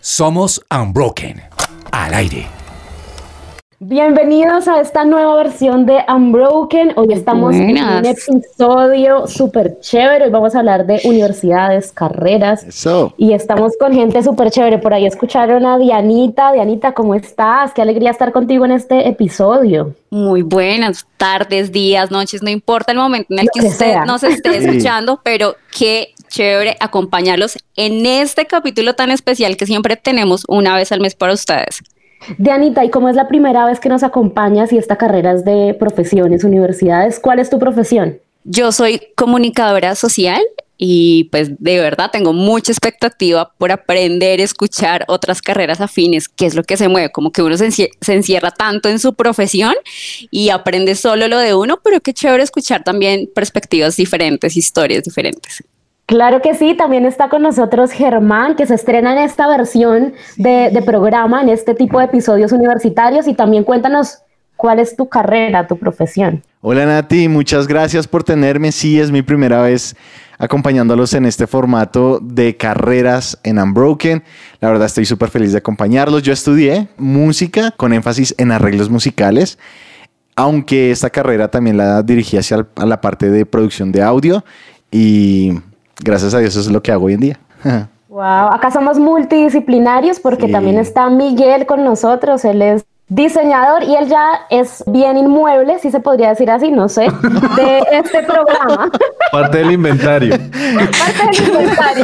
Somos Unbroken. Al aire. Bienvenidos a esta nueva versión de Unbroken. Hoy estamos en un episodio súper chévere. Hoy vamos a hablar de universidades, carreras. Eso. Y estamos con gente súper chévere. Por ahí escucharon a Dianita. Dianita, ¿cómo estás? Qué alegría estar contigo en este episodio. Muy buenas tardes, días, noches, no importa el momento en el que usted nos esté escuchando, pero qué chévere acompañarlos en este capítulo tan especial que siempre tenemos una vez al mes para ustedes. Dianita, ¿y cómo es la primera vez que nos acompañas y esta carrera es de profesiones, universidades? ¿Cuál es tu profesión? Yo soy comunicadora social y pues de verdad tengo mucha expectativa por aprender, escuchar otras carreras afines, que es lo que se mueve, como que uno se encierra tanto en su profesión y aprende solo lo de uno, pero qué chévere escuchar también perspectivas diferentes, historias diferentes. Claro que sí, también está con nosotros Germán, que se estrena en esta versión de programa, en este tipo de episodios universitarios, y también cuéntanos cuál es tu carrera, tu profesión. Hola Nati, muchas gracias por tenerme. Sí, es mi primera vez acompañándolos en este formato de carreras en Unbroken. La verdad estoy súper feliz de acompañarlos. Yo estudié música con énfasis en arreglos musicales, aunque esta carrera también la dirigí hacia la parte de producción de audio y gracias a Dios eso es lo que hago hoy en día. Wow, acá somos multidisciplinarios porque también está Miguel con nosotros. Él es diseñador y él ya es bien inmueble, si se podría decir así, no sé, de este programa. Parte del inventario. Parte del inventario.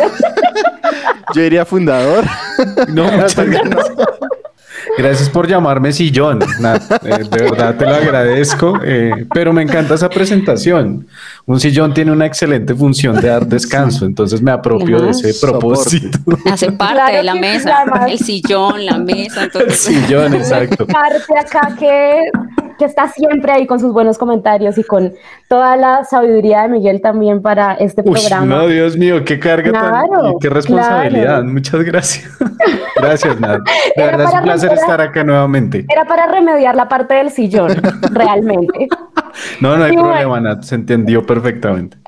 Yo diría fundador. No, muchas gracias. Gracias por llamarme sillón, Nat. De verdad te lo agradezco, pero me encanta esa presentación. Un sillón tiene una excelente función de dar descanso, entonces me apropio de ese propósito. Hace parte de la mesa, el sillón, la mesa. Entonces... El sillón, exacto. Parte acá que está siempre ahí con sus buenos comentarios y con toda la sabiduría de Miguel también para este programa. No, Dios mío, qué carga y qué responsabilidad. Claro. Muchas gracias. Gracias, Nat. De verdad es un placer estar acá nuevamente. Era para remediar la parte del sillón, realmente. No hay problema, Nat, se entendió perfectamente.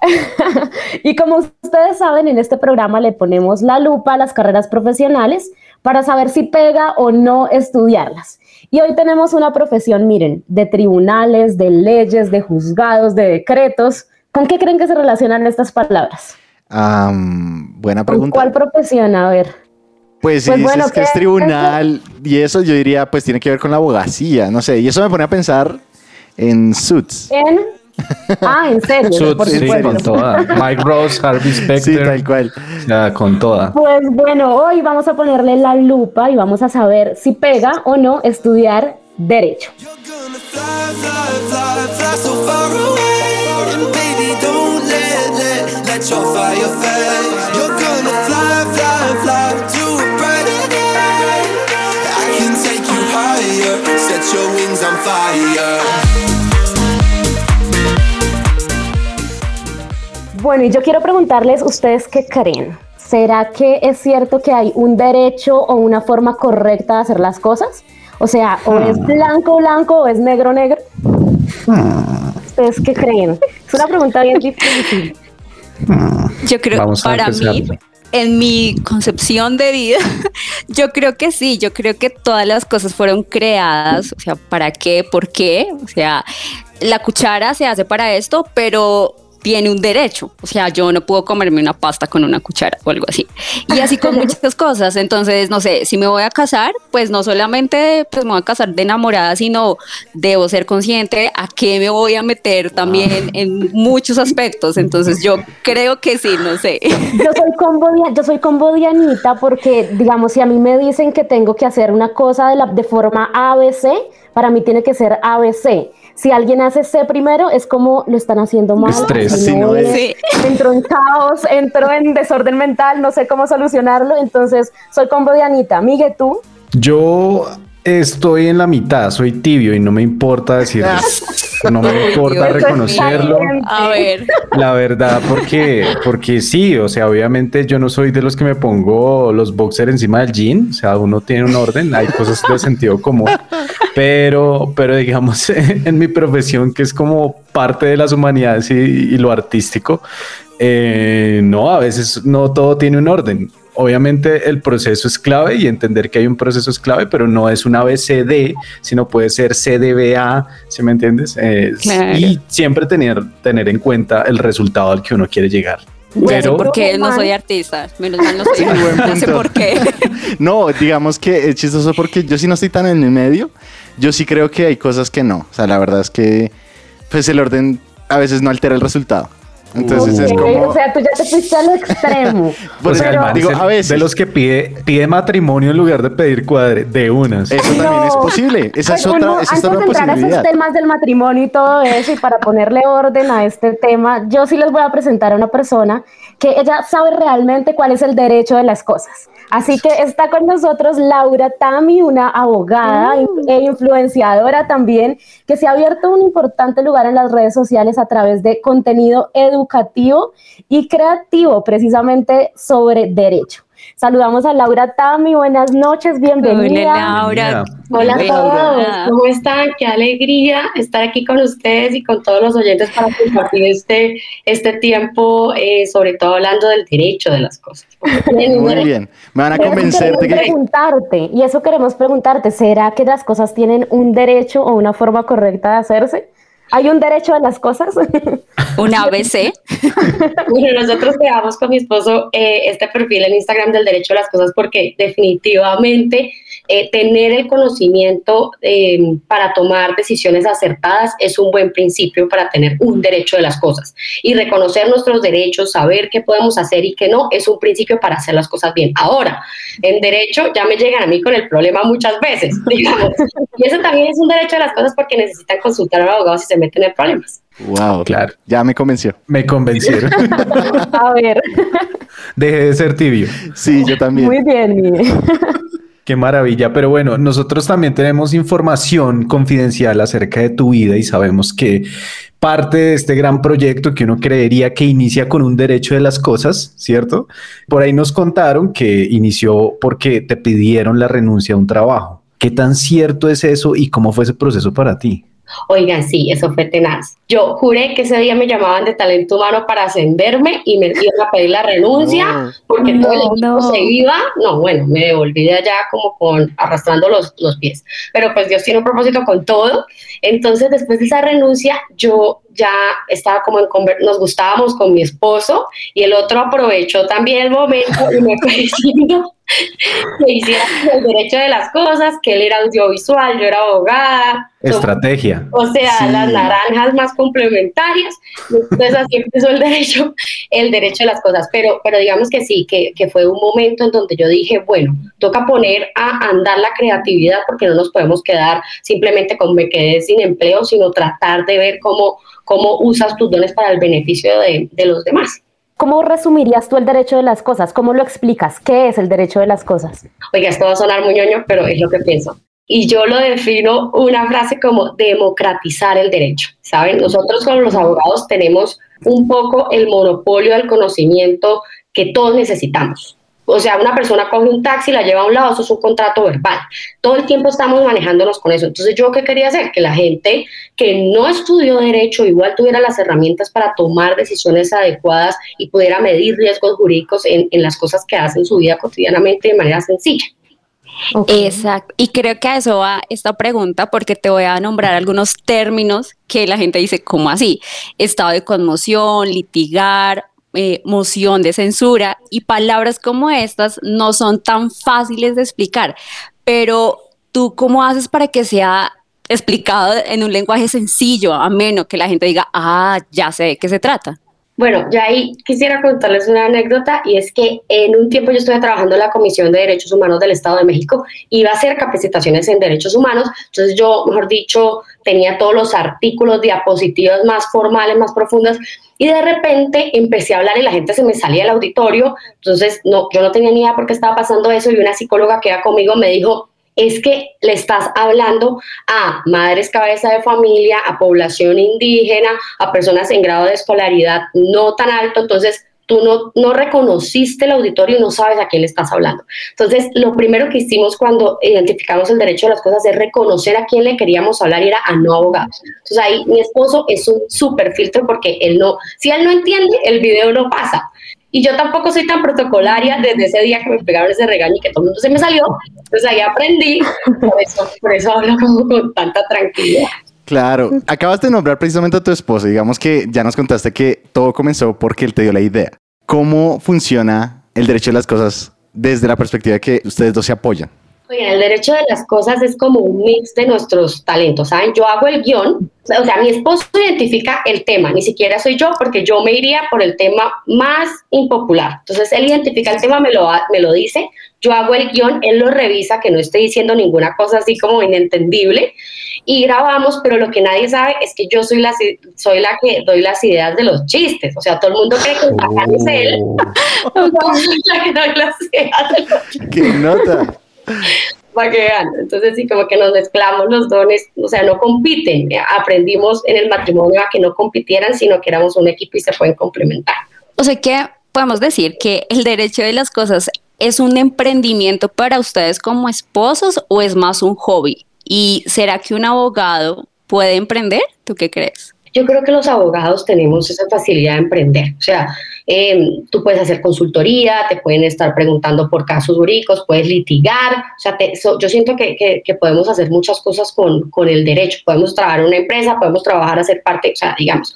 Y como ustedes saben, en este programa le ponemos la lupa a las carreras profesionales para saber si pega o no estudiarlas. Y hoy tenemos una profesión, miren, de tribunales, de leyes, de juzgados, de decretos. ¿Con qué creen que se relacionan estas palabras? Buena pregunta. ¿Con cuál profesión? A ver. Pues si dices que es tribunal y eso, yo diría, pues tiene que ver con la abogacía, no sé. Y eso me pone a pensar en Suits. ¿En serio? Suits, sí, con toda. Mike Ross, Harvey Specter. Sí, tal cual. Ya, con toda. Pues bueno, hoy vamos a ponerle la lupa y vamos a saber si pega o no estudiar Derecho. Bueno, y yo quiero preguntarles, ¿ustedes qué creen? ¿Será que es cierto que hay un derecho o una forma correcta de hacer las cosas? O sea, ¿o es blanco o es negro? ¿Ustedes qué creen? Es una pregunta bien difícil. Yo creo, para mí, en mi concepción de vida, yo creo que sí, yo creo que todas las cosas fueron creadas, o sea, ¿para qué? ¿Por qué? O sea, la cuchara se hace para esto, pero tiene un derecho, o sea, yo no puedo comerme una pasta con una cuchara o algo así, y así con muchas cosas. Entonces, no sé, si me voy a casar, pues no solamente pues me voy a casar de enamorada, sino debo ser consciente a qué me voy a meter también en muchos aspectos. Entonces yo creo que sí, no sé. Yo soy combo Dianita porque, digamos, si a mí me dicen que tengo que hacer una cosa de forma ABC, para mí tiene que ser ABC. Si alguien hace C primero, es como lo están haciendo mal. Estrés. Sí. Entro en caos, entro en desorden mental, no sé cómo solucionarlo. Entonces, soy combo Dianita. Miguel, ¿tú? Yo estoy en la mitad, soy tibio y no me importa decirlo. No me importa reconocerlo. A ver. La verdad, porque sí, o sea, obviamente yo no soy de los que me pongo los boxers encima del jean, o sea, uno tiene un orden, hay cosas de sentido común, pero digamos, en mi profesión, que es como parte de las humanidades y lo artístico, no, a veces no todo tiene un orden. obviamente el proceso es clave y entender que hay un proceso es clave, pero no es una ABCD, sino puede ser CDBA, ¿sí me entiendes? Claro. Y siempre tener en cuenta el resultado al que uno quiere llegar. Ya sé por qué no soy artista, menos mal no soy no sé por qué. No, digamos que es chistoso porque yo sí no estoy tan en el medio, yo sí creo que hay cosas que no, o sea, la verdad es que pues el orden a veces no altera el resultado. Entonces es como... O sea, tú ya te fuiste al extremo. Pues pero, el man digo, es a veces... de los que pide matrimonio en lugar de pedir cuadre, de unas. Eso también es posible. Esa es otra, esa es otra antes de entrar a esos posibilidad. temas del matrimonio y todo eso, y para ponerle orden a este tema, yo sí les voy a presentar a una persona que ella sabe realmente cuál es el derecho de las cosas. Así que está con nosotros Laura Tami, una abogada e influenciadora también, que se ha abierto un importante lugar en las redes sociales a través de contenido educativo y creativo, precisamente sobre derecho. Saludamos a Laura Tami, buenas noches, bienvenida. Hola, Laura. Hola a todos, ¿cómo están? Qué alegría estar aquí con ustedes y con todos los oyentes para compartir este tiempo, sobre todo hablando del derecho de las cosas. Muy bien, me van a convencer de que... Y eso queremos preguntarte, ¿será que las cosas tienen un derecho o una forma correcta de hacerse? ¿Hay un derecho a las cosas? ¿Un ABC? Bueno, nosotros creamos con mi esposo este perfil en Instagram del derecho a las cosas porque definitivamente tener el conocimiento para tomar decisiones acertadas es un buen principio para tener un derecho de las cosas. Y reconocer nuestros derechos, saber qué podemos hacer y qué no, es un principio para hacer las cosas bien. Ahora, en derecho ya me llegan a mí con el problema muchas veces, digamos. Y eso también es un derecho de las cosas porque necesitan consultar al abogado si se meten en problemas. Wow, claro. Ya me convenció. Me convencieron. A ver. Dejé de ser tibio. Sí, yo también. Muy bien, mire. Qué maravilla, pero bueno, nosotros también tenemos información confidencial acerca de tu vida y sabemos que parte de este gran proyecto que uno creería que inicia con un derecho de las cosas, ¿cierto? Por ahí nos contaron que inició porque te pidieron la renuncia a un trabajo. ¿Qué tan cierto es eso y cómo fue ese proceso para ti? Oigan, sí, eso fue tenaz. Yo juré que ese día me llamaban de talento humano para ascenderme y me iban a pedir la renuncia porque todo el equipo se iba. No, bueno, me devolví de allá como arrastrando los pies. Pero pues Dios tiene un propósito con todo. Entonces, después de esa renuncia, yo ya estaba como nos gustábamos con mi esposo y el otro aprovechó también el momento y me fue diciendo que hiciera el derecho de las cosas, que él era audiovisual, yo era abogada. Estrategia. O sea, sí. Las naranjas más complementarias. Entonces así empezó el derecho de las cosas. Pero digamos que sí, que fue un momento en donde yo dije, bueno, toca poner a andar la creatividad porque no nos podemos quedar simplemente con me quedé sin empleo, sino tratar de ver cómo usas tus dones para el beneficio de los demás. ¿Cómo resumirías tú el derecho de las cosas? ¿Cómo lo explicas? ¿Qué es el derecho de las cosas? Oiga, esto va a sonar muy ñoño, pero es lo que pienso. Y yo lo defino una frase como democratizar el derecho, ¿saben? Nosotros como los abogados tenemos un poco el monopolio del conocimiento que todos necesitamos. O sea, una persona coge un taxi, la lleva a un lado, eso es un contrato verbal. Todo el tiempo estamos manejándonos con eso. Entonces, ¿yo qué quería hacer? Que la gente que no estudió derecho igual tuviera las herramientas para tomar decisiones adecuadas y pudiera medir riesgos jurídicos en las cosas que hace en su vida cotidianamente de manera sencilla. Okay. Exacto. Y creo que a eso va esta pregunta porque te voy a nombrar algunos términos que la gente dice, ¿cómo así? Estado de conmoción, litigar, moción de censura y palabras como estas no son tan fáciles de explicar, pero ¿tú cómo haces para que sea explicado en un lenguaje sencillo, ameno, que la gente diga, ya sé de qué se trata? Bueno, ya ahí quisiera contarles una anécdota y es que en un tiempo yo estuve trabajando en la Comisión de Derechos Humanos del Estado de México, iba a hacer capacitaciones en derechos humanos, entonces yo, mejor dicho, tenía todos los artículos, diapositivas más formales, más profundas y de repente empecé a hablar y la gente se me salía del auditorio, entonces yo no tenía ni idea por qué estaba pasando eso y una psicóloga que iba conmigo me dijo, es que le estás hablando a madres cabeza de familia, a población indígena, a personas en grado de escolaridad no tan alto, entonces tú no reconociste el auditorio y no sabes a quién le estás hablando. Entonces, lo primero que hicimos cuando identificamos el derecho de las cosas es reconocer a quién le queríamos hablar y era a no abogados. Entonces, ahí mi esposo es un súper filtro porque si él no entiende, el video no pasa. y yo tampoco soy tan protocolaria desde ese día que me pegaron ese regaño y que todo el mundo se me salió, entonces ahí aprendí, por eso hablo como con tanta tranquilidad. Claro, acabas de nombrar precisamente a tu esposo, digamos que ya nos contaste que todo comenzó porque él te dio la idea. ¿Cómo funciona el derecho de las cosas desde la perspectiva de que ustedes dos se apoyan? Oye, el derecho de las cosas es como un mix de nuestros talentos, ¿saben? Yo hago el guión, o sea, mi esposo identifica el tema, ni siquiera soy yo, porque yo me iría por el tema más impopular. Entonces, él identifica el tema, me lo dice, yo hago el guión, él lo revisa, que no esté diciendo ninguna cosa así como inentendible, y grabamos, pero lo que nadie sabe es que yo soy la que doy las ideas de los chistes, o sea, todo el mundo cree que el bacán es él, yo soy la que doy las ideas de los chistes. ¡Qué nota! Para que vean, entonces sí, como que nos mezclamos los dones, o sea, no compiten, aprendimos en el matrimonio a que no compitieran, sino que éramos un equipo y se pueden complementar. O sea que podemos decir que el derecho de las cosas es un emprendimiento para ustedes como esposos o es más un hobby, y ¿será que un abogado puede emprender? ¿Tú qué crees? Yo creo que los abogados tenemos esa facilidad de emprender, o sea, tú puedes hacer consultoría, te pueden estar preguntando por casos jurídicos, puedes litigar, o sea, yo siento que podemos hacer muchas cosas con el derecho, podemos trabajar en una empresa, podemos trabajar, hacer parte, o sea, digamos,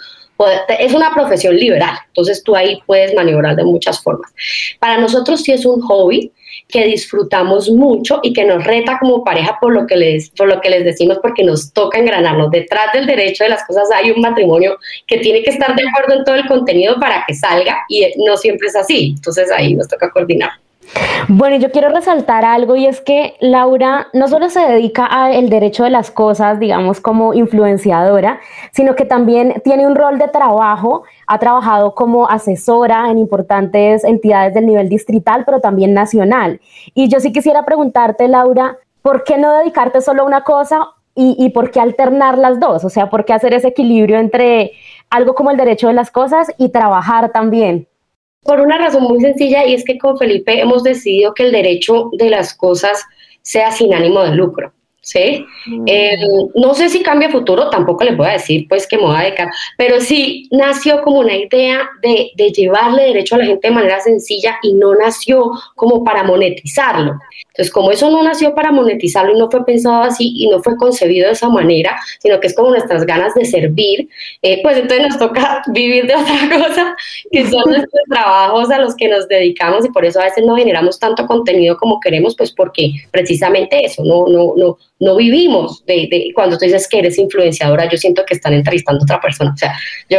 es una profesión liberal, entonces tú ahí puedes maniobrar de muchas formas. Para nosotros sí es un hobby que disfrutamos mucho y que nos reta como pareja por lo que les decimos, porque nos toca engranarnos. Detrás del derecho de las cosas hay un matrimonio que tiene que estar de acuerdo en todo el contenido para que salga y no siempre es así, entonces ahí nos toca coordinar. Bueno, yo quiero resaltar algo y es que Laura no solo se dedica al derecho de las cosas, digamos, como influenciadora, sino que también tiene un rol de trabajo, ha trabajado como asesora en importantes entidades del nivel distrital, pero también nacional. Y yo sí quisiera preguntarte, Laura, ¿por qué no dedicarte solo a una cosa y por qué alternar las dos? O sea, ¿por qué hacer ese equilibrio entre algo como el derecho de las cosas y trabajar también? Por una razón muy sencilla, y es que con Felipe hemos decidido que el derecho de las cosas sea sin ánimo de lucro, ¿sí? No sé si cambia futuro, tampoco les voy a decir pues que me voy a dedicar, pero sí nació como una idea de llevarle derecho a la gente de manera sencilla y no nació como para monetizarlo. Entonces, como eso no nació para monetizarlo y no fue pensado así y no fue concebido de esa manera, sino que es como nuestras ganas de servir, pues entonces nos toca vivir de otra cosa, que son nuestros trabajos a los que nos dedicamos, y por eso a veces no generamos tanto contenido como queremos, pues porque precisamente eso, no vivimos de cuando tú dices que eres influenciadora, yo siento que están entrevistando a otra persona, o sea,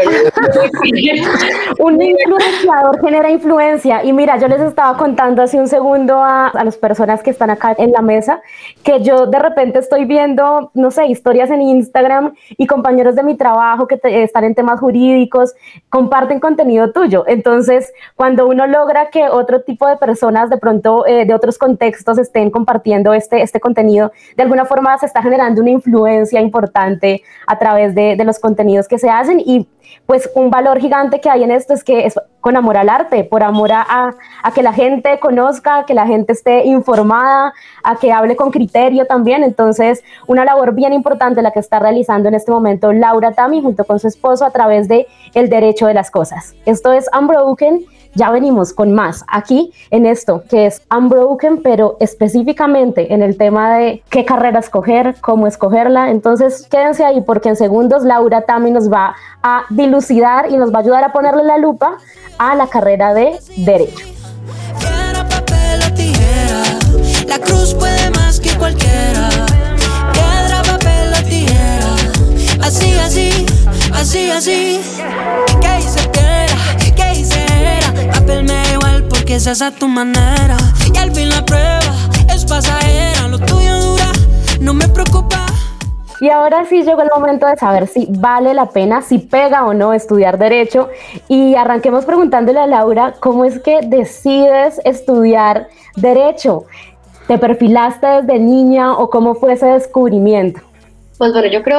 un influenciador genera influencia, y mira, yo les estaba contando hace un segundo a las personas que están acá en la mesa, que yo de repente estoy viendo, no sé, historias en Instagram y compañeros de mi trabajo que están en temas jurídicos, comparten contenido tuyo. Entonces, cuando uno logra que otro tipo de personas de pronto de otros contextos estén compartiendo este contenido, de alguna forma se está generando una influencia importante a través de los contenidos que se hacen, y pues un valor gigante que hay en esto es que es con amor al arte, por amor a que la gente conozca, a que la gente esté informada, a que hable con criterio también. Entonces, una labor bien importante la que está realizando en este momento Laura Tami junto con su esposo a través de el derecho de las cosas. Esto es Unbroken. Ya venimos con más aquí en esto que es Unbroken, pero específicamente en el tema de qué carrera escoger, cómo escogerla. Entonces quédense ahí porque en segundos Laura Tami nos va a dilucidar y nos va a ayudar a ponerle la lupa a la carrera de Derecho. Piedra, papel o tijera, la cruz puede más que cualquiera. Piedra, papel o tijera, así, así, así, así. ¿Qué hice que era? ¿Qué hice era? Papel me da igual porque esa es a tu manera. Y al fin la prueba es pasajera, lo tuyo dura, no me preocupa. Y ahora sí llegó el momento de saber si vale la pena, si pega o no estudiar Derecho. Y arranquemos preguntándole a Laura, ¿cómo es que decides estudiar Derecho? ¿Te perfilaste desde niña o cómo fue ese descubrimiento? Pues bueno, yo creo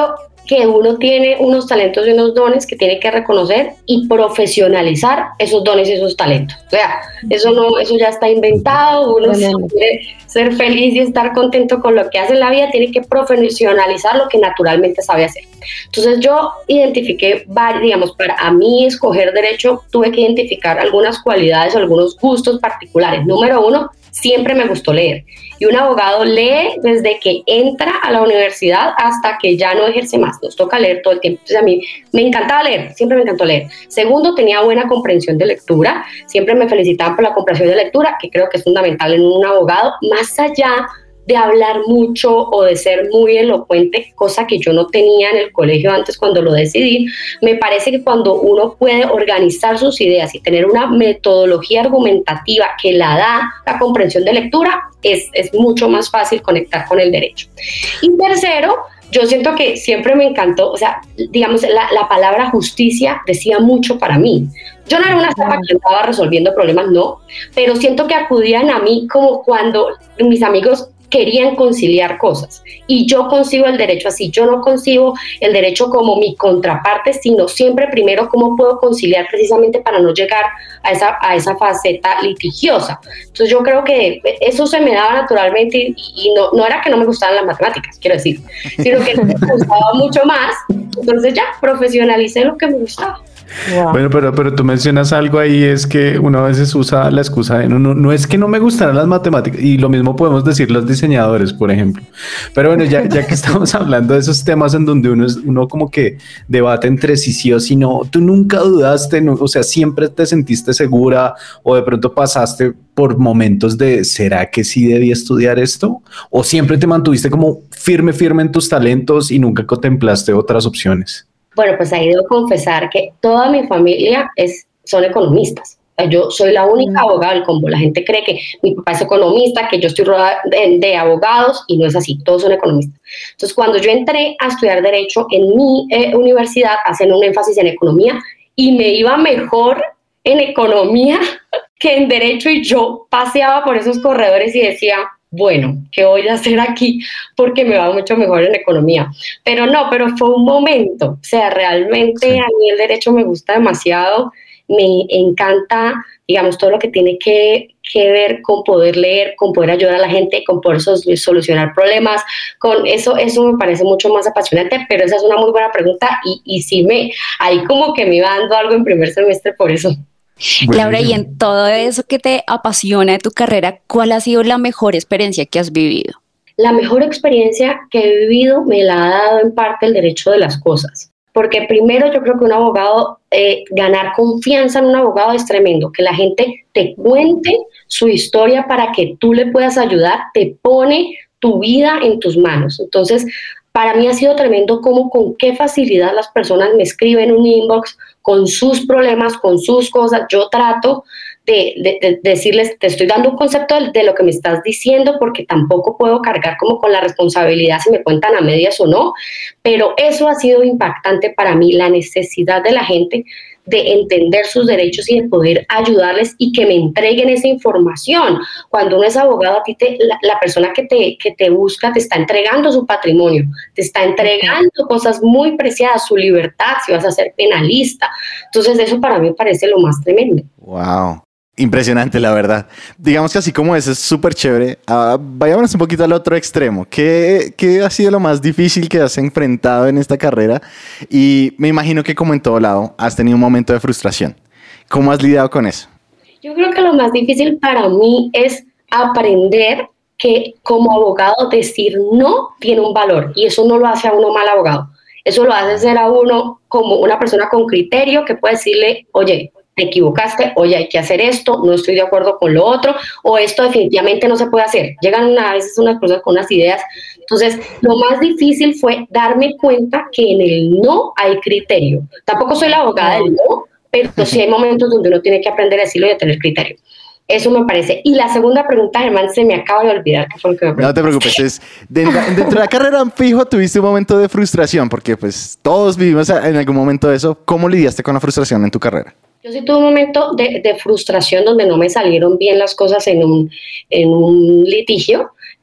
que uno tiene unos talentos y unos dones que tiene que reconocer y profesionalizar esos dones y esos talentos. O sea, eso ya está inventado. Uno, si quiere ser feliz y estar contento con lo que hace en la vida, tiene que profesionalizar lo que naturalmente sabe hacer. Entonces yo identifiqué, digamos, para mí escoger derecho, tuve que identificar algunas cualidades o algunos gustos particulares. Número 1, siempre me gustó leer. Y un abogado lee desde que entra a la universidad hasta que ya no ejerce más. Nos toca leer todo el tiempo. Entonces a mí me encantaba leer, siempre me encantó leer. Segundo, tenía buena comprensión de lectura. Siempre me felicitaban por la comprensión de lectura, que creo que es fundamental en un abogado, más allá de hablar mucho o de ser muy elocuente, cosa que yo no tenía en el colegio antes cuando lo decidí. Me parece que cuando uno puede organizar sus ideas y tener una metodología argumentativa que la da la comprensión de lectura, es mucho más fácil conectar con el derecho. Y tercero, yo siento que siempre me encantó, o sea, digamos, la palabra justicia decía mucho para mí. Yo no era una zapa que estaba resolviendo problemas, no, pero siento que acudían a mí como cuando mis amigos querían conciliar cosas, y yo concibo el derecho así. Yo no concibo el derecho como mi contraparte, sino siempre primero cómo puedo conciliar precisamente para no llegar a esa faceta litigiosa. Entonces yo creo que eso se me daba naturalmente, y no era que no me gustaban las matemáticas, quiero decir, sino que me gustaba mucho más. Entonces ya profesionalicé lo que me gustaba. Wow. Bueno, pero tú mencionas algo ahí, es que uno a veces usa la excusa de no es que no me gustaran las matemáticas, y lo mismo podemos decir los diseñadores, por ejemplo. Pero bueno, ya que estamos hablando de esos temas en donde uno como que debate entre sí o sí no, tú nunca dudaste, o sea, siempre te sentiste segura, o de pronto pasaste por momentos de ¿será que sí debía estudiar esto? ¿O siempre te mantuviste como firme en tus talentos y nunca contemplaste otras opciones? Bueno, pues ahí debo confesar que toda mi familia son economistas. Yo soy la única abogada del combo. La gente cree que mi papá es economista, que yo estoy rodeada de abogados, y no es así, todos son economistas. Entonces, cuando yo entré a estudiar Derecho en mi universidad, hacen un énfasis en economía, y me iba mejor en economía que en Derecho, y yo paseaba por esos corredores y decía, bueno, ¿qué voy a hacer aquí? Porque me va mucho mejor en economía. Pero fue un momento. O sea, realmente sí. A mí el derecho me gusta demasiado. Me encanta, digamos, todo lo que tiene que ver con poder leer, con poder ayudar a la gente, con poder solucionar problemas. Con eso me parece mucho más apasionante, pero esa es una muy buena pregunta, y sí ahí como que me iba dando algo en primer semestre por eso. Buenísimo. Laura, y en todo eso que te apasiona de tu carrera, ¿cuál ha sido la mejor experiencia que has vivido? La mejor experiencia que he vivido me la ha dado en parte el derecho de las cosas. Porque primero yo creo que un abogado, ganar confianza en un abogado es tremendo. Que la gente te cuente su historia para que tú le puedas ayudar, te pone tu vida en tus manos. Entonces, para mí ha sido tremendo cómo con qué facilidad las personas me escriben un inbox con sus problemas, con sus cosas. Yo trato de decirles, te estoy dando un concepto de lo que me estás diciendo, porque tampoco puedo cargar como con la responsabilidad si me cuentan a medias o no, pero eso ha sido impactante para mí, la necesidad de la gente de entender sus derechos y de poder ayudarles y que me entreguen esa información. Cuando uno es abogado, a ti la persona que te busca te está entregando su patrimonio, te está entregando cosas muy preciadas, su libertad, si vas a ser penalista. Entonces eso para mí me parece lo más tremendo. Wow. Impresionante, la verdad. Digamos que así como eso es súper chévere. Vayámonos un poquito al otro extremo. ¿Qué ha sido lo más difícil que has enfrentado en esta carrera? Y me imagino que, como en todo lado, has tenido un momento de frustración. ¿Cómo has lidiado con eso? Yo creo que lo más difícil para mí es aprender que como abogado decir no tiene un valor, y eso no lo hace a uno mal abogado. Eso lo hace ser a uno como una persona con criterio que puede decirle, oye, te equivocaste, oye, hay que hacer esto, no estoy de acuerdo con lo otro, o esto definitivamente no se puede hacer. Llegan a veces unas personas con unas ideas. Entonces, lo más difícil fue darme cuenta que en el no hay criterio. Tampoco soy la abogada del no, pero sí hay momentos donde uno tiene que aprender a decirlo y a tener criterio. Eso me parece. Y la segunda pregunta, Germán, se me acaba de olvidar qué fue lo que me preguntaste. No te preocupes. Dentro de la carrera fijo tuviste un momento de frustración, porque pues todos vivimos en algún momento de eso. ¿Cómo lidiaste con la frustración en tu carrera? Yo sí tuve un momento de frustración donde no me salieron bien las cosas en un litigio.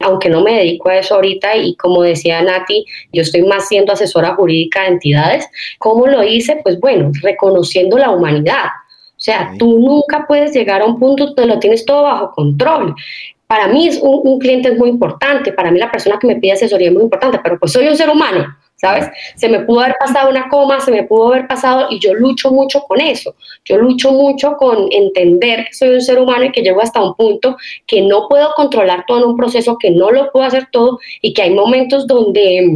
aunque no me dedico a eso ahorita y como decía Nati, yo estoy más siendo asesora jurídica de entidades. ¿Cómo lo hice? Pues bueno, reconociendo la humanidad. O sea, tú nunca puedes llegar a un punto donde lo tienes todo bajo control. Para mí un cliente es muy importante, para mí la persona que me pide asesoría es muy importante, pero pues soy un ser humano, ¿sabes? Se me pudo haber pasado una coma, se me pudo haber pasado, y yo lucho mucho con eso. Yo lucho mucho con entender que soy un ser humano y que llego hasta un punto que no puedo controlar todo en un proceso, que no lo puedo hacer todo y que hay momentos donde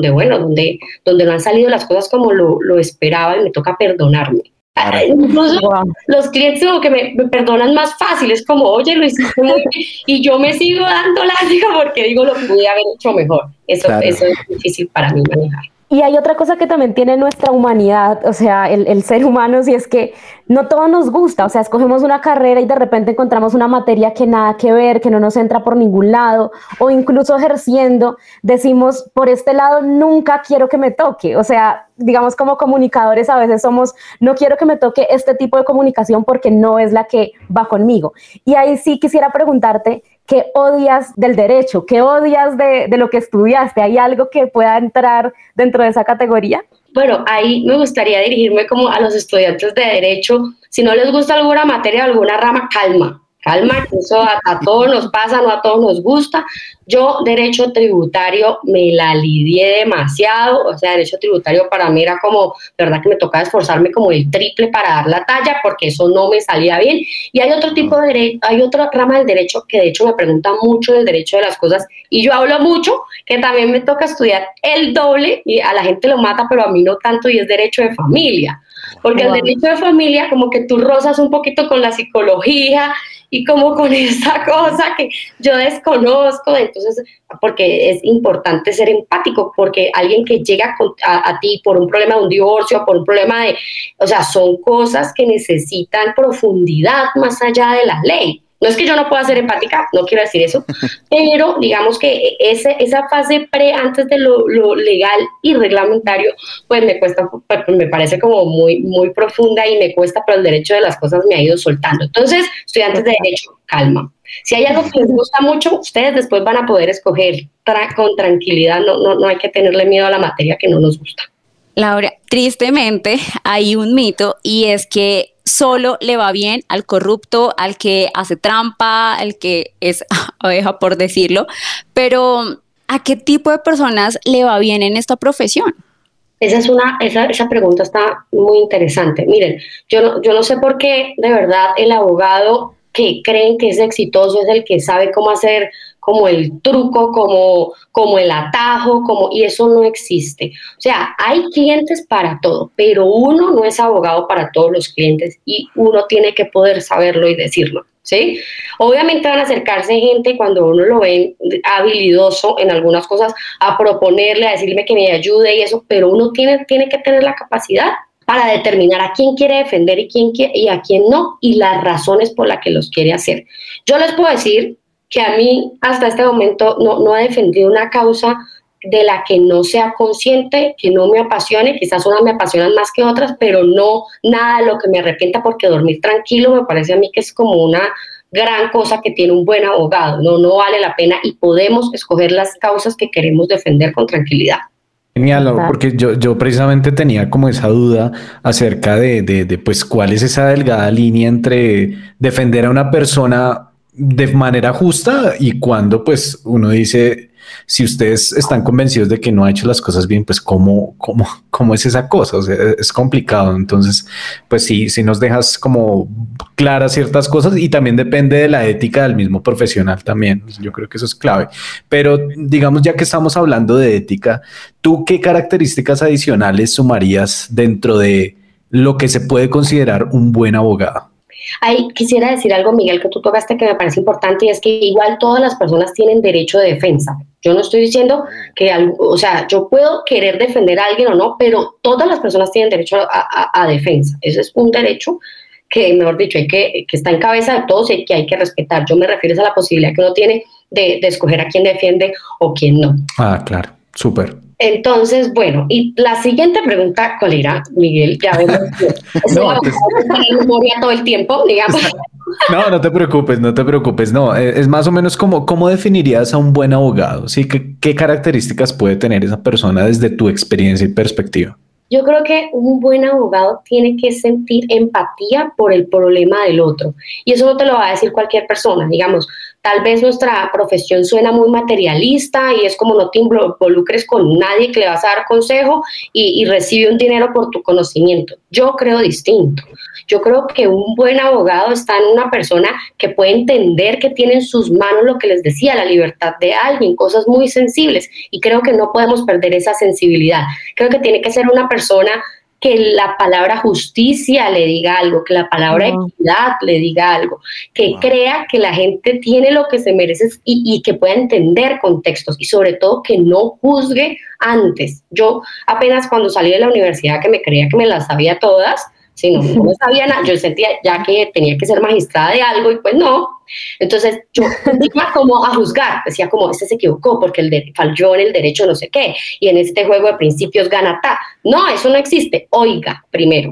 no han salido las cosas como lo esperaba y me toca perdonarme. Incluso los clientes como que me perdonan más fácil, es como, oye, lo hiciste muy bien, y yo me sigo dando látigo porque digo, lo pude haber hecho mejor. Eso es difícil para mí manejar. Y hay otra cosa que también tiene nuestra humanidad, o sea, el ser humano, si es que no todo nos gusta, o sea, escogemos una carrera y de repente encontramos una materia que nada que ver, que no nos entra por ningún lado, o incluso ejerciendo, decimos, por este lado nunca quiero que me toque, o sea, digamos como comunicadores a veces somos, no quiero que me toque este tipo de comunicación porque no es la que va conmigo. Y ahí sí quisiera preguntarte, ¿qué odias del derecho? ¿Qué odias de lo que estudiaste? ¿Hay algo que pueda entrar dentro de esa categoría? Bueno, ahí me gustaría dirigirme como a los estudiantes de derecho. Si no les gusta alguna materia o alguna rama, calma, que eso a todos nos pasa, no a todos nos gusta. Yo derecho tributario me la lidié demasiado, o sea, derecho tributario para mí era como, de verdad que me tocaba esforzarme como el triple para dar la talla porque eso no me salía bien. Y hay otro tipo de derecho, hay otra rama del derecho que de hecho me preguntan mucho del derecho de las cosas y yo hablo mucho, que también me toca estudiar el doble y a la gente lo mata, pero a mí no tanto, y es derecho de familia. Porque el derecho de familia como que tú rozas un poquito con la psicología y como con esa cosa que yo desconozco, entonces, porque es importante ser empático, porque alguien que llega a ti por un problema de un divorcio, por un problema o sea, son cosas que necesitan profundidad más allá de la ley. No es que yo no pueda ser empática, no quiero decir eso, pero digamos que esa fase antes de lo legal y reglamentario, pues me cuesta, pues me parece como muy, muy profunda y me cuesta, pero el derecho de las cosas me ha ido soltando. Entonces, estudiantes de derecho, calma. Si hay algo que les gusta mucho, ustedes después van a poder escoger con tranquilidad, no hay que tenerle miedo a la materia que no nos gusta. Laura, tristemente hay un mito y es que solo le va bien al corrupto, al que hace trampa, al que es abeja por decirlo, pero ¿a qué tipo de personas le va bien en esta profesión? Esa pregunta está muy interesante. Miren, yo no sé por qué de verdad el abogado que creen que es exitoso es el que sabe cómo hacer como el truco, como el atajo, y eso no existe. O sea, hay clientes para todo, pero uno no es abogado para todos los clientes y uno tiene que poder saberlo y decirlo, ¿sí? Obviamente van a acercarse gente cuando uno lo ve habilidoso en algunas cosas a proponerle, a decirme que me ayude y eso, pero uno tiene que tener la capacidad para determinar a quién quiere defender y a quién no, y las razones por las que los quiere hacer. Yo les puedo decir que a mí hasta este momento no he defendido una causa de la que no sea consciente, que no me apasione, quizás unas me apasionan más que otras, pero no nada de lo que me arrepienta, porque dormir tranquilo me parece a mí que es como una gran cosa que tiene un buen abogado, no vale la pena y podemos escoger las causas que queremos defender con tranquilidad. Genial, porque yo precisamente tenía como esa duda acerca de pues cuál es esa delgada línea entre defender a una persona de manera justa y cuando pues uno dice, si ustedes están convencidos de que no ha hecho las cosas bien, pues cómo es esa cosa, o sea, es complicado. Entonces, pues sí nos dejas como claras ciertas cosas y también depende de la ética del mismo profesional también. Yo creo que eso es clave. Pero digamos, ya que estamos hablando de ética, ¿tú qué características adicionales sumarías dentro de lo que se puede considerar un buen abogado? Ahí quisiera decir algo, Miguel, que tú tocaste que me parece importante, y es que igual todas las personas tienen derecho de defensa. Yo no estoy diciendo que, o sea, yo puedo querer defender a alguien o no, pero todas las personas tienen derecho a defensa. Ese es un derecho que, mejor dicho, que está en cabeza de todos y que hay que respetar. Yo me refiero a la posibilidad que uno tiene de escoger a quién defiende o quién no. Ah, claro, súper. Entonces, bueno, y la siguiente pregunta, ¿cuál era, Miguel? Ya vemos que tener memoria todo el tiempo, digamos. No, no te preocupes, no te preocupes. No, es más o menos como, ¿cómo definirías a un buen abogado? ¿Sí? ¿Qué características puede tener esa persona desde tu experiencia y perspectiva? Yo creo que un buen abogado tiene que sentir empatía por el problema del otro. Y eso no te lo va a decir cualquier persona. Digamos, tal vez nuestra profesión suena muy materialista y es como no te involucres con nadie que le vas a dar consejo y recibe un dinero por tu conocimiento. Yo creo distinto. Yo creo que un buen abogado está en una persona que puede entender que tiene en sus manos lo que les decía, la libertad de alguien, cosas muy sensibles. Y creo que no podemos perder esa sensibilidad. Creo que tiene que ser una persona que la palabra justicia le diga algo, que la palabra equidad le diga algo, que crea que la gente tiene lo que se merece y que pueda entender contextos y sobre todo que no juzgue antes. Yo apenas cuando salí de la universidad que me creía que me las sabía todas, si no sabía nada, yo sentía ya que tenía que ser magistrada de algo y pues no. Entonces yo iba como a juzgar, decía como este se equivocó porque falló en el derecho no sé qué y en este juego de principios gana ta. No, eso no existe. Oiga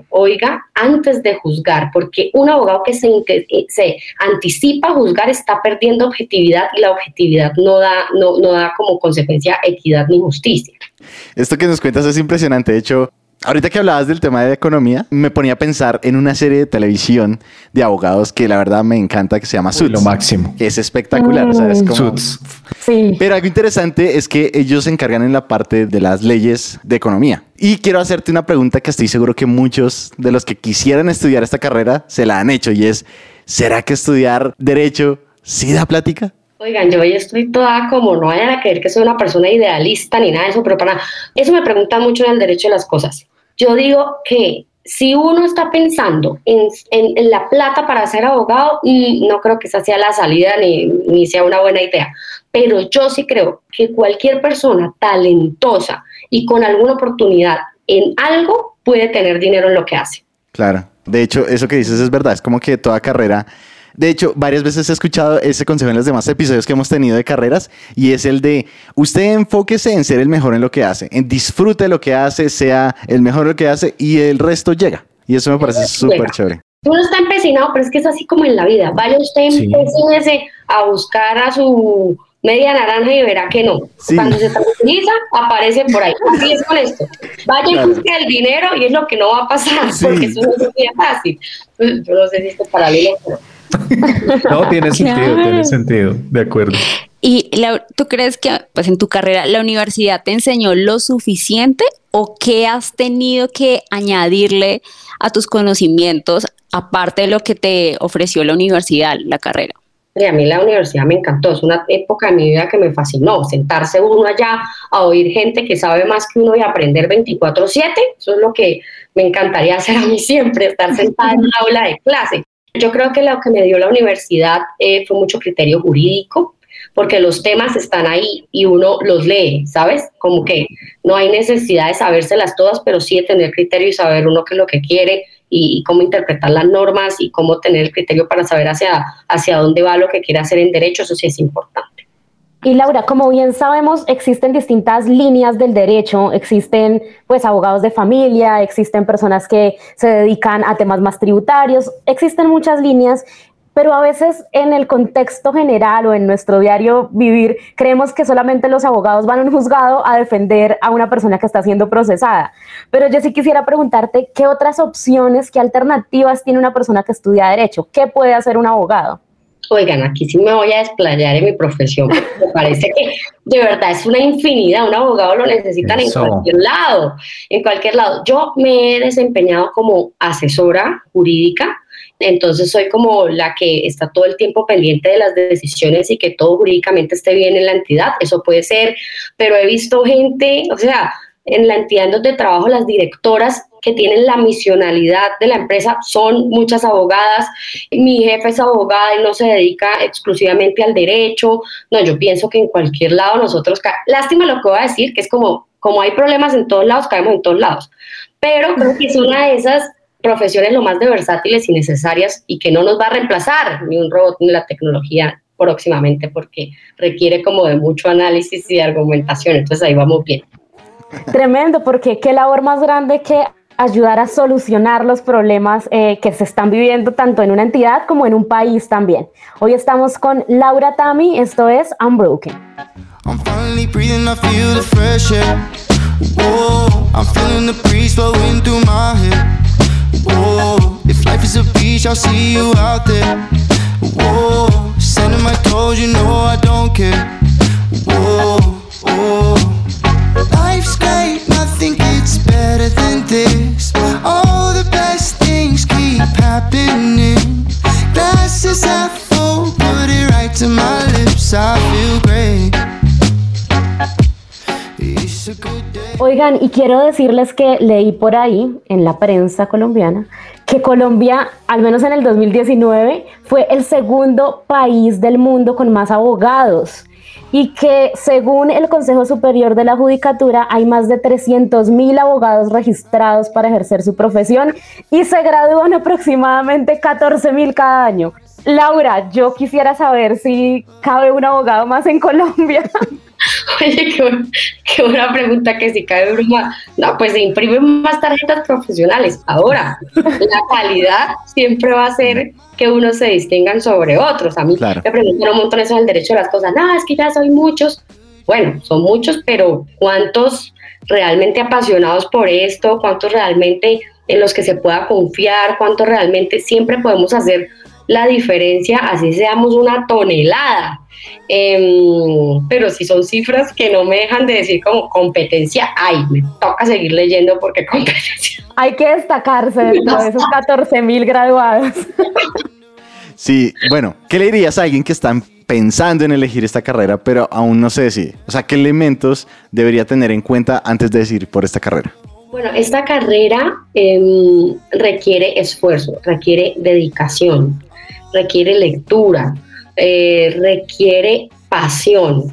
antes de juzgar, porque un abogado que se anticipa a juzgar está perdiendo objetividad y la objetividad no da como consecuencia equidad ni justicia. Esto que nos cuentas es impresionante. De hecho, ahorita que hablabas del tema de economía, me ponía a pensar en una serie de televisión de abogados que la verdad me encanta, que se llama Suits. Lo máximo. Que es espectacular. O sea, es como... Suits. Sí. Pero algo interesante es que ellos se encargan en la parte de las leyes de economía. Y quiero hacerte una pregunta que estoy seguro que muchos de los que quisieran estudiar esta carrera se la han hecho y es, ¿será que estudiar Derecho sí da plática? Oigan, yo hoy estoy toda como, no vayan a creer que soy una persona idealista ni nada de eso, pero para nada. Eso me preguntan mucho en el derecho de las cosas. Yo digo que si uno está pensando en la plata para ser abogado, no creo que esa sea la salida ni sea una buena idea. Pero yo sí creo que cualquier persona talentosa y con alguna oportunidad en algo puede tener dinero en lo que hace. Claro. De hecho, eso que dices es verdad. Es como que toda carrera... De hecho, varias veces he escuchado ese consejo en los demás episodios que hemos tenido de carreras y es el de usted enfóquese en ser el mejor en lo que hace, disfrute lo que hace, sea el mejor en lo que hace y el resto llega. Y eso me parece súper chévere. Uno está empecinado, pero es que es así como en la vida. Vaya usted, empecínese a buscar a su media naranja y verá que no. Sí. Cuando se tranquiliza, aparece por ahí. Así es con esto. Vaya y busque el dinero y es lo que no va a pasar, porque eso no es muy fácil. Yo no sé si esto es paralelo, pero... No, tiene sentido, de acuerdo. ¿Y tú crees que pues en tu carrera la universidad te enseñó lo suficiente o qué has tenido que añadirle a tus conocimientos aparte de lo que te ofreció la universidad, la carrera? Y a mí la universidad me encantó, es una época de mi vida que me fascinó, sentarse uno allá a oír gente que sabe más que uno y aprender 24/7, eso es lo que me encantaría hacer a mí siempre, estar sentada en un aula de clase. Yo creo que lo que me dio la universidad fue mucho criterio jurídico, porque los temas están ahí y uno los lee, ¿sabes? Como que no hay necesidad de sabérselas todas, pero sí de tener criterio y saber uno qué es lo que quiere y cómo interpretar las normas y cómo tener el criterio para saber hacia dónde va lo que quiere hacer en derecho, eso sí es importante. Y Laura, como bien sabemos, existen distintas líneas del derecho, existen pues abogados de familia, existen personas que se dedican a temas más tributarios, existen muchas líneas, pero a veces en el contexto general o en nuestro diario vivir creemos que solamente los abogados van a un juzgado a defender a una persona que está siendo procesada. Pero yo sí quisiera preguntarte, ¿qué otras opciones, qué alternativas tiene una persona que estudia derecho? ¿Qué puede hacer un abogado? Oigan, aquí sí me voy a desplayar en mi profesión, porque me parece que de verdad es una infinidad, un abogado lo necesitan en cualquier lado. Yo me he desempeñado como asesora jurídica, entonces soy como la que está todo el tiempo pendiente de las decisiones y que todo jurídicamente esté bien en la entidad, eso puede ser, pero he visto gente, o sea, en la entidad donde trabajo, las directoras que tienen la misionalidad de la empresa son muchas abogadas. Mi jefe es abogada y no se dedica exclusivamente al derecho. No, yo pienso que en cualquier lado nosotros, lástima lo que voy a decir, que es como hay problemas en todos lados, caemos en todos lados. Pero creo que es una de esas profesiones lo más de versátiles y necesarias y que no nos va a reemplazar ni un robot ni la tecnología próximamente porque requiere como de mucho análisis y de argumentación. Entonces ahí vamos bien. Tremendo, porque qué labor más grande que ayudar a solucionar los problemas que se están viviendo tanto en una entidad como en un país también. Hoy estamos con Laura Tammy, esto es Unbroken. I'm finally breathing, I feel the fresh air. Whoa, I'm feeling the breeze flowing through my head. Whoa, if life is a beach, I'll see you out there. Whoa, sending my toes, you know I don't care. Whoa, whoa. Life's great, nothing gets better than this. All the best things keep happening. Glasses half full, put it right to my lips. I feel great. It's a good day. Oigan, y quiero decirles que leí por ahí, en la prensa colombiana, que Colombia, al menos en el 2019, fue el segundo país del mundo con más abogados. Y que según el Consejo Superior de la Judicatura hay más de 300.000 abogados registrados para ejercer su profesión y se gradúan aproximadamente 14.000 cada año. Laura, yo quisiera saber si cabe un abogado más en Colombia. Oye, qué buena pregunta, que si cabe broma. No, pues se imprimen más tarjetas profesionales. Ahora, la calidad siempre va a ser que unos se distingan sobre otros. A mí me preguntan un montón eso del derecho de las cosas. No, es que ya soy muchos. Bueno, son muchos, pero ¿cuántos realmente apasionados por esto? ¿Cuántos realmente en los que se pueda confiar? ¿Cuántos realmente siempre podemos hacer la diferencia, así seamos una tonelada? Pero si son cifras que no me dejan de decir como competencia, me toca seguir leyendo porque competencia. Hay que destacarse dentro de esos 14.000 graduados. Sí, bueno, ¿qué le dirías a alguien que está pensando en elegir esta carrera, pero aún no se decide? O sea, ¿qué elementos debería tener en cuenta antes de decidir por esta carrera? Bueno, esta carrera requiere esfuerzo, requiere dedicación, requiere lectura, requiere pasión,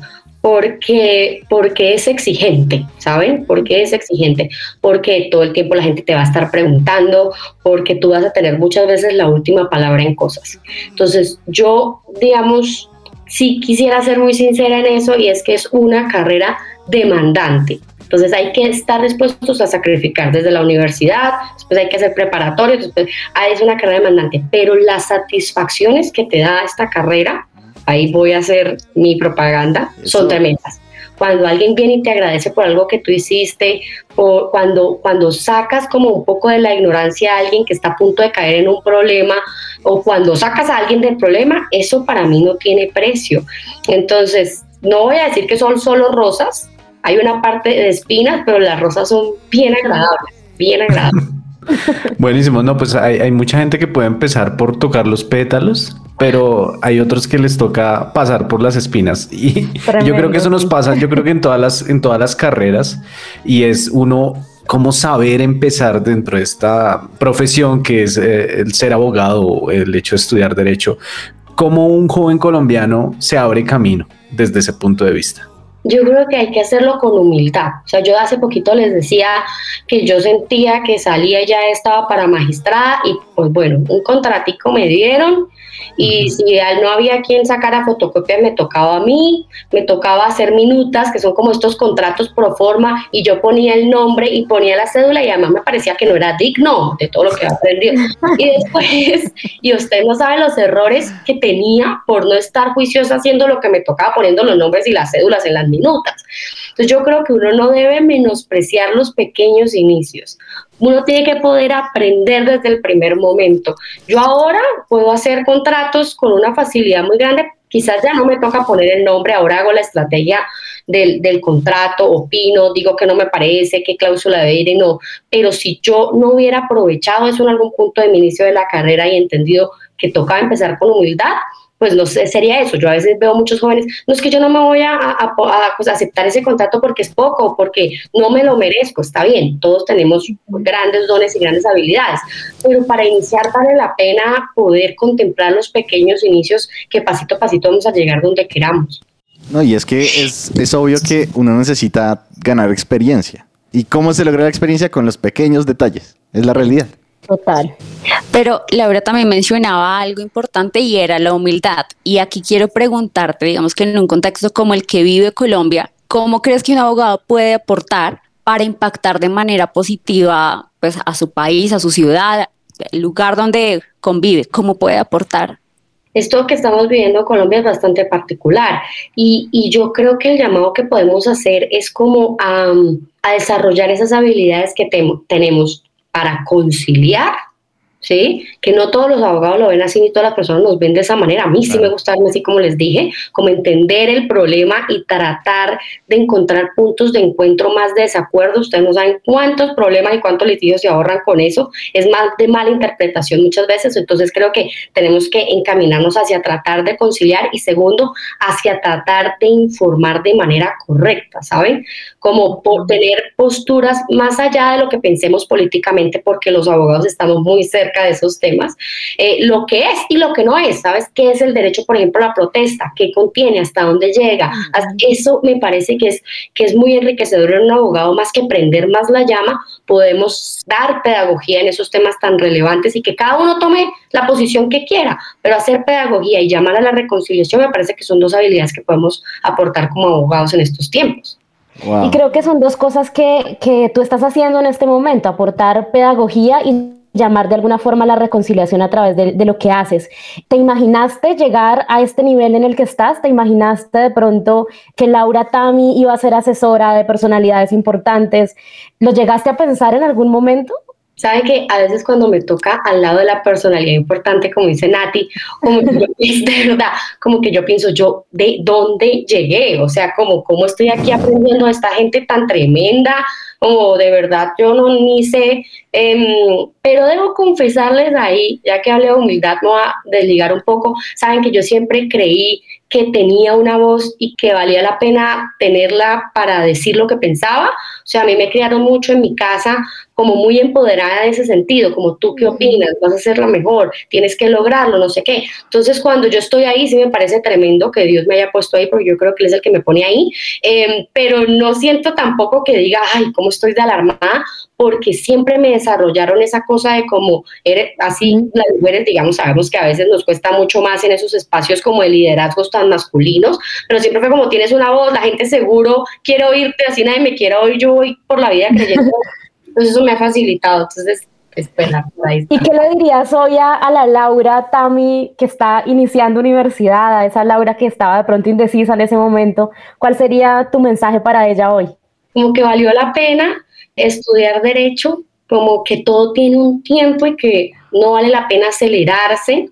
porque es exigente, ¿saben? ¿Por qué es exigente? Porque todo el tiempo la gente te va a estar preguntando, porque tú vas a tener muchas veces la última palabra en cosas. Entonces, yo, digamos, sí quisiera ser muy sincera en eso, y es que es una carrera demandante. Entonces hay que estar dispuestos a sacrificar desde la universidad, después hay que hacer preparatorios, después es una carrera demandante, pero las satisfacciones que te da esta carrera, ahí voy a hacer mi propaganda, son tremendas. Cuando alguien viene y te agradece por algo que tú hiciste, o cuando sacas como un poco de la ignorancia a alguien que está a punto de caer en un problema, o cuando sacas a alguien del problema, eso para mí no tiene precio. Entonces, no voy a decir que son solo rosas, hay una parte de espinas, pero las rosas son bien agradables, bien agradables. Buenísimo, no, pues hay mucha gente que puede empezar por tocar los pétalos, pero hay otros que les toca pasar por las espinas, y yo creo que eso nos pasa, yo creo que en todas las carreras, y es uno cómo saber empezar dentro de esta profesión que es el ser abogado o el hecho de estudiar derecho. ¿Cómo un joven colombiano se abre camino desde ese punto de vista? Yo creo que hay que hacerlo con humildad. O sea, yo hace poquito les decía que yo sentía que salía y ya estaba para magistrada, y pues bueno, un contratico me dieron, y si no había quien sacara fotocopias, me tocaba a mí, me tocaba hacer minutas, que son como estos contratos pro forma, y yo ponía el nombre y ponía la cédula, y además me parecía que no era digno de todo lo que había aprendido. Y después, y usted no sabe los errores que tenía por no estar juiciosa haciendo lo que me tocaba, poniendo los nombres y las cédulas en las minutas. Entonces yo creo que uno no debe menospreciar los pequeños inicios. Uno tiene que poder aprender desde el primer momento. Yo ahora puedo hacer contratos con una facilidad muy grande. Quizás ya no me toca poner el nombre, ahora hago la estrategia del contrato, opino, digo que no me parece, qué cláusula debe ir y no. Pero si yo no hubiera aprovechado eso en algún punto de mi inicio de la carrera y entendido que tocaba empezar con humildad, pues no sé, sería eso. Yo a veces veo muchos jóvenes, no, es que yo no me voy a aceptar ese contrato porque es poco, porque no me lo merezco. Está bien, todos tenemos grandes dones y grandes habilidades, pero para iniciar vale la pena poder contemplar los pequeños inicios, que pasito a pasito vamos a llegar donde queramos. No, y es que es obvio que uno necesita ganar experiencia. ¿Y cómo se logra la experiencia? Con los pequeños detalles. Es la realidad. Total. Pero Laura también mencionaba algo importante, y era la humildad. Y aquí quiero preguntarte, digamos que en un contexto como el que vive Colombia, ¿cómo crees que un abogado puede aportar para impactar de manera positiva pues, a su país, a su ciudad, el lugar donde convive? ¿Cómo puede aportar? Esto que estamos viviendo en Colombia es bastante particular y yo creo que el llamado que podemos hacer es como a desarrollar esas habilidades que tenemos para conciliar, ¿sí? Que no todos los abogados lo ven así, ni todas las personas nos ven de esa manera. A mí sí me gusta verme así, como les dije, como entender el problema y tratar de encontrar puntos de encuentro más de desacuerdo. Ustedes no saben cuántos problemas y cuántos litigios se ahorran con eso. Es más de mala interpretación muchas veces. Entonces creo que tenemos que encaminarnos hacia tratar de conciliar y segundo, hacia tratar de informar de manera correcta, ¿saben? Como por tener posturas más allá de lo que pensemos políticamente, porque los abogados estamos muy cerca de esos temas, lo que es y lo que no es, ¿sabes? ¿Qué es el derecho, por ejemplo, a la protesta? ¿Qué contiene? ¿Hasta dónde llega? Eso me parece que es muy enriquecedor en un abogado. Más que prender más la llama, podemos dar pedagogía en esos temas tan relevantes y que cada uno tome la posición que quiera, pero hacer pedagogía y llamar a la reconciliación me parece que son dos habilidades que podemos aportar como abogados en estos tiempos. Wow. Y creo que son dos cosas que tú estás haciendo en este momento, aportar pedagogía y llamar de alguna forma a la reconciliación a través de lo que haces. ¿Te imaginaste llegar a este nivel en el que estás? ¿Te imaginaste de pronto que Laura Tami iba a ser asesora de personalidades importantes? ¿Lo llegaste a pensar en algún momento? Sabe que a veces cuando me toca al lado de la personalidad importante, como dice Nati, como que de verdad, como que yo pienso, ¿yo de dónde llegué? O sea, ¿cómo estoy aquí aprendiendo a esta gente tan tremenda? Como de verdad yo ni sé, pero debo confesarles ahí, ya que hablé de humildad, me voy a desligar un poco. Saben que yo siempre creí que tenía una voz y que valía la pena tenerla para decir lo que pensaba. O sea, a mí me criaron mucho en mi casa como muy empoderada en ese sentido, como tú qué opinas, vas a ser la mejor, tienes que lograrlo, no sé qué. Entonces cuando yo estoy ahí sí me parece tremendo que Dios me haya puesto ahí, porque yo creo que Él es el que me pone ahí, pero no siento tampoco que diga, ay, cómo estoy de alarmada, porque siempre me desarrollaron esa cosa de como eres así, las mujeres, digamos, sabemos que a veces nos cuesta mucho más en esos espacios como de liderazgos tan masculinos, pero siempre fue como tienes una voz, la gente seguro quiere oírte, así nadie me quiere oír, yo voy por la vida creyendo, entonces eso me ha facilitado, entonces espera, por ahí está. ¿Y qué le dirías hoy a la Laura Tami que está iniciando universidad, a esa Laura que estaba de pronto indecisa en ese momento? ¿Cuál sería tu mensaje para ella hoy? Como que valió la pena estudiar derecho, como que todo tiene un tiempo y que no vale la pena acelerarse,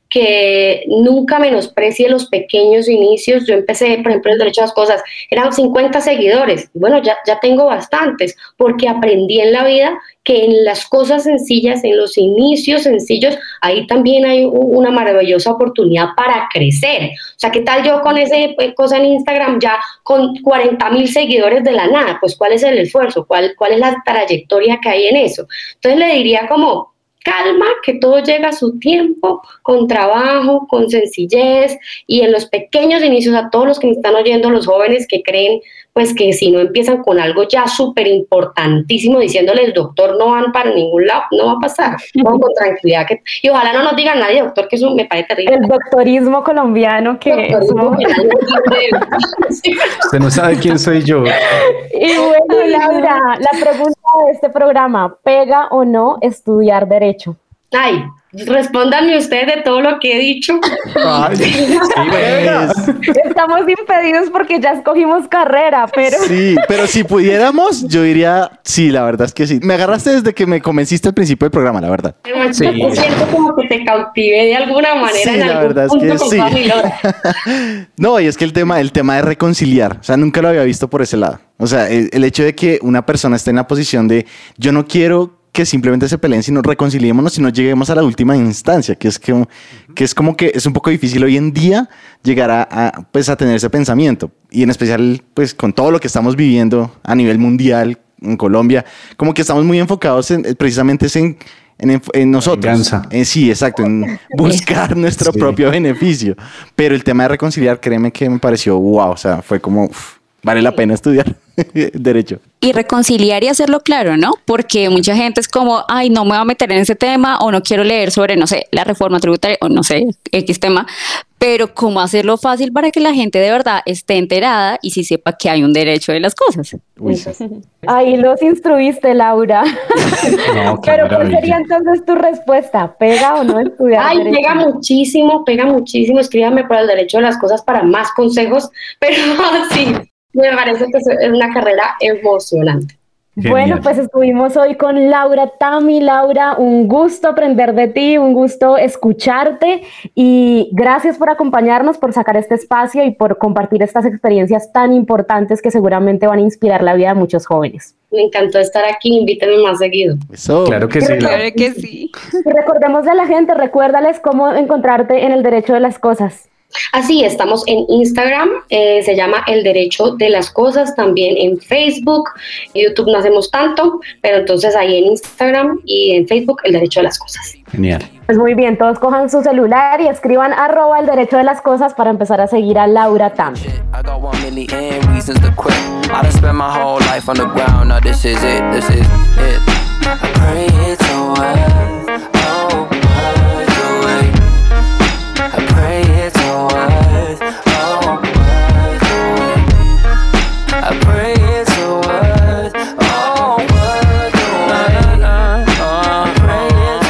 que nunca menosprecie los pequeños inicios. Yo empecé, por ejemplo, el derecho a las cosas, eran 50 seguidores, bueno, ya tengo bastantes, porque aprendí en la vida que en las cosas sencillas, en los inicios sencillos, ahí también hay una maravillosa oportunidad para crecer. O sea, ¿qué tal yo con ese cosa en Instagram ya con 40,000 seguidores de la nada? Pues, ¿cuál es el esfuerzo? ¿Cuál es la trayectoria que hay en eso? Entonces le diría como, calma, que todo llega a su tiempo, con trabajo, con sencillez y en los pequeños inicios. A todos los que me están oyendo, los jóvenes que creen pues que si no empiezan con algo ya súper importantísimo, diciéndoles, doctor, no van para ningún lado, no va a pasar, vamos con tranquilidad, y ojalá no nos digan nadie, doctor, que eso me parece terrible. El doctorismo colombiano que usted no sabe quién soy yo. Y bueno, Laura, la pregunta de este programa, ¿pega o no estudiar derecho? Ay, respóndanme ustedes de todo lo que he dicho. Ay, sí, pues. Estamos impedidos porque ya escogimos carrera, pero... Sí, pero si pudiéramos, yo diría, sí, la verdad es que sí. Me agarraste desde que me convenciste al principio del programa, la verdad. Sí. Siento como que te cautivé de alguna manera, sí, en la algún verdad punto es que con sí. toda mi lora. No, y es que el tema de reconciliar, o sea, nunca lo había visto por ese lado. O sea, el hecho de que una persona esté en la posición de, yo no quiero que simplemente se peleen, sino reconciliémonos, sino lleguemos a la última instancia, que es como que es un poco difícil hoy en día llegar a tener ese pensamiento, y en especial pues con todo lo que estamos viviendo a nivel mundial en Colombia, como que estamos muy enfocados precisamente en nosotros. Sí, exacto, en buscar nuestro propio beneficio, pero el tema de reconciliar, créeme que me pareció wow, o sea, fue como vale la pena estudiar derecho. Y reconciliar y hacerlo claro, ¿no? Porque mucha gente es como, ay, no me voy a meter en ese tema o no quiero leer sobre, no sé, la reforma tributaria o no sé, X tema, pero ¿cómo hacerlo fácil para que la gente de verdad esté enterada y sí sepa que hay un derecho de las cosas? Uy, sí. Ahí los instruiste, Laura. No, qué Pero ¿cuál maravilla. sería entonces tu respuesta? ¿Pega o no estudiar Ay, derecho? pega muchísimo. Escríbame por el derecho de las cosas para más consejos, pero sí, me parece que es una carrera emocionante. Bueno, Genial. pues estuvimos hoy con Laura Tami. Laura, un gusto aprender de ti, un gusto escucharte y gracias por acompañarnos, por sacar este espacio y por compartir estas experiencias tan importantes que seguramente van a inspirar la vida de muchos jóvenes. Me encantó estar aquí, invítenme más seguido. Eso. Claro que sí. Claro que sí. Y recordemos a la gente, recuérdales cómo encontrarte en el derecho de las cosas. Así, estamos en Instagram, se llama El Derecho de las Cosas, también en Facebook, YouTube no hacemos tanto, pero entonces ahí en Instagram y en Facebook El Derecho de las Cosas. Genial. Pues muy bien, todos cojan su celular y escriban @el derecho de las cosas para empezar a seguir a Laura Tami. I got 1,000,000 reasons to quit. I done spent my whole life on the ground. Now this is it. This is it. I pray it's alright. Oh, by the way. I pray it's alright. Oh, by the way. I pray it's alright. Oh, by the way. I pray it's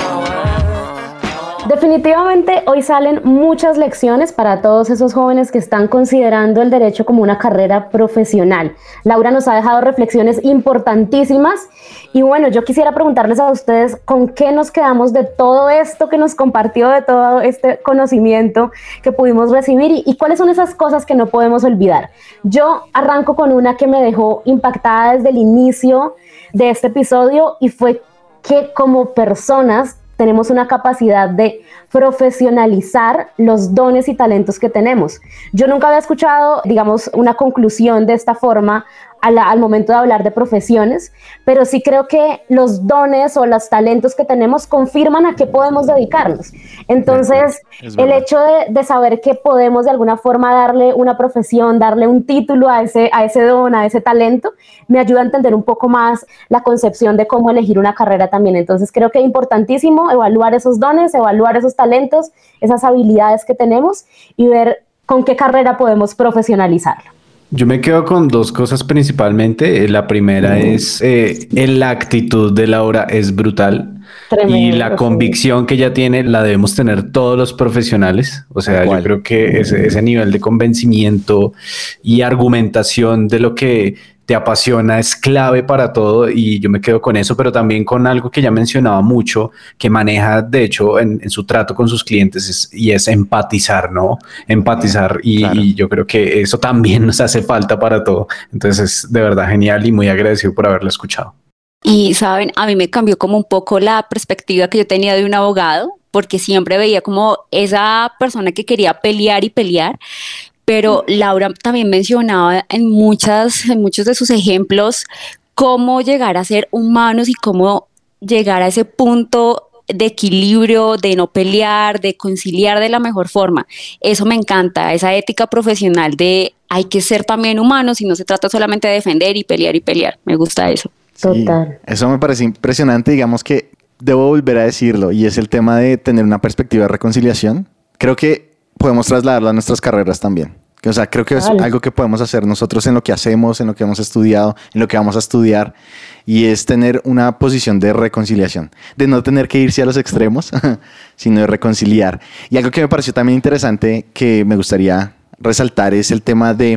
alright. Definitivamente hoy salen muchas lecciones para todos esos jóvenes que están considerando el derecho como una carrera profesional. Laura nos ha dejado reflexiones importantísimas y bueno, yo quisiera preguntarles a ustedes con qué nos quedamos de todo esto que nos compartió, de todo este conocimiento que pudimos recibir y cuáles son esas cosas que no podemos olvidar. Yo arranco con una que me dejó impactada desde el inicio de este episodio y fue que como personas tenemos una capacidad de profesionalizar los dones y talentos que tenemos. Yo nunca había escuchado, digamos, una conclusión de esta forma al momento de hablar de profesiones, pero sí creo que los dones o los talentos que tenemos confirman a qué podemos dedicarnos. Entonces, el hecho de saber que podemos de alguna forma darle una profesión, darle un título a ese don, a ese talento, me ayuda a entender un poco más la concepción de cómo elegir una carrera también. Entonces, creo que es importantísimo evaluar esos dones, evaluar esos talentos, esas habilidades que tenemos y ver con qué carrera podemos profesionalizarlo. Yo me quedo con dos cosas principalmente. La primera es la actitud de Laura es brutal. Tremendo, y la convicción que ella tiene la debemos tener todos los profesionales. O sea, yo creo que ese nivel de convencimiento y argumentación de lo que te apasiona es clave para todo y yo me quedo con eso, pero también con algo que ya mencionaba mucho, que maneja de hecho en su trato con sus clientes y es empatizar, ¿no? Empatizar y yo creo que eso también nos hace falta para todo. Entonces es de verdad genial y muy agradecido por haberlo escuchado. Y saben, a mí me cambió como un poco la perspectiva que yo tenía de un abogado, porque siempre veía como esa persona que quería pelear y pelear, pero Laura también mencionaba en muchos de sus ejemplos cómo llegar a ser humanos y cómo llegar a ese punto de equilibrio, de no pelear, de conciliar de la mejor forma. Eso me encanta, esa ética profesional de hay que ser también humanos y no se trata solamente de defender y pelear y pelear. Me gusta eso. Total. Sí, eso me parece impresionante, digamos que debo volver a decirlo, y es el tema de tener una perspectiva de reconciliación. Creo que podemos trasladarlo a nuestras carreras también. O sea, creo que es algo que podemos hacer nosotros en lo que hacemos, en lo que hemos estudiado, en lo que vamos a estudiar, y es tener una posición de reconciliación, de no tener que irse a los extremos, sino de reconciliar. Y algo que me pareció también interesante que me gustaría resaltar es el tema de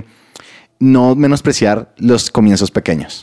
no menospreciar los comienzos pequeños.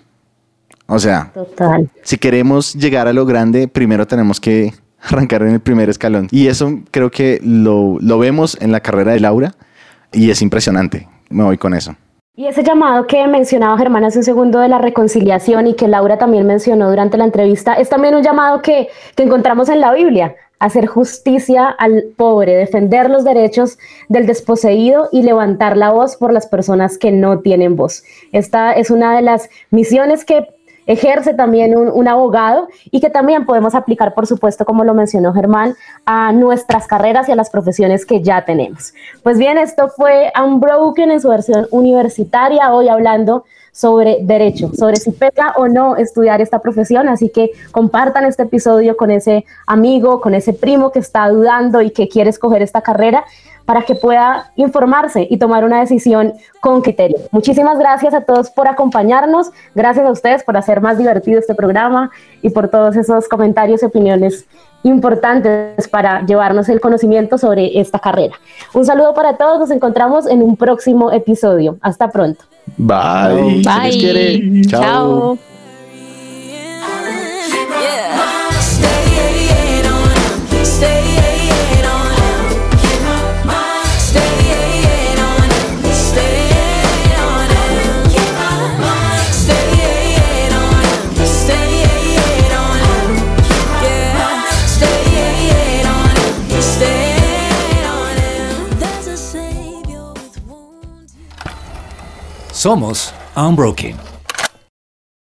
O sea, total. Si queremos llegar a lo grande, primero tenemos que arrancar en el primer escalón. Y eso creo que lo vemos en la carrera de Laura y es impresionante. Me voy con eso. Y ese llamado que mencionaba Germán hace un segundo de la reconciliación y que Laura también mencionó durante la entrevista, es también un llamado que encontramos en la Biblia. Hacer justicia al pobre, defender los derechos del desposeído y levantar la voz por las personas que no tienen voz. Esta es una de las misiones que ejerce también un abogado y que también podemos aplicar, por supuesto, como lo mencionó Germán, a nuestras carreras y a las profesiones que ya tenemos. Pues bien, esto fue Unbroken en su versión universitaria, hoy hablando sobre derecho, sobre si pega o no estudiar esta profesión, así que compartan este episodio con ese amigo, con ese primo que está dudando y que quiere escoger esta carrera, para que pueda informarse y tomar una decisión con criterio. Muchísimas gracias a todos por acompañarnos, gracias a ustedes por hacer más divertido este programa y por todos esos comentarios y opiniones importantes para llevarnos el conocimiento sobre esta carrera. Un saludo para todos, nos encontramos en un próximo episodio. Hasta pronto. Bye. Bye. Se les quiere. Chao. Chao. Somos Unbroken.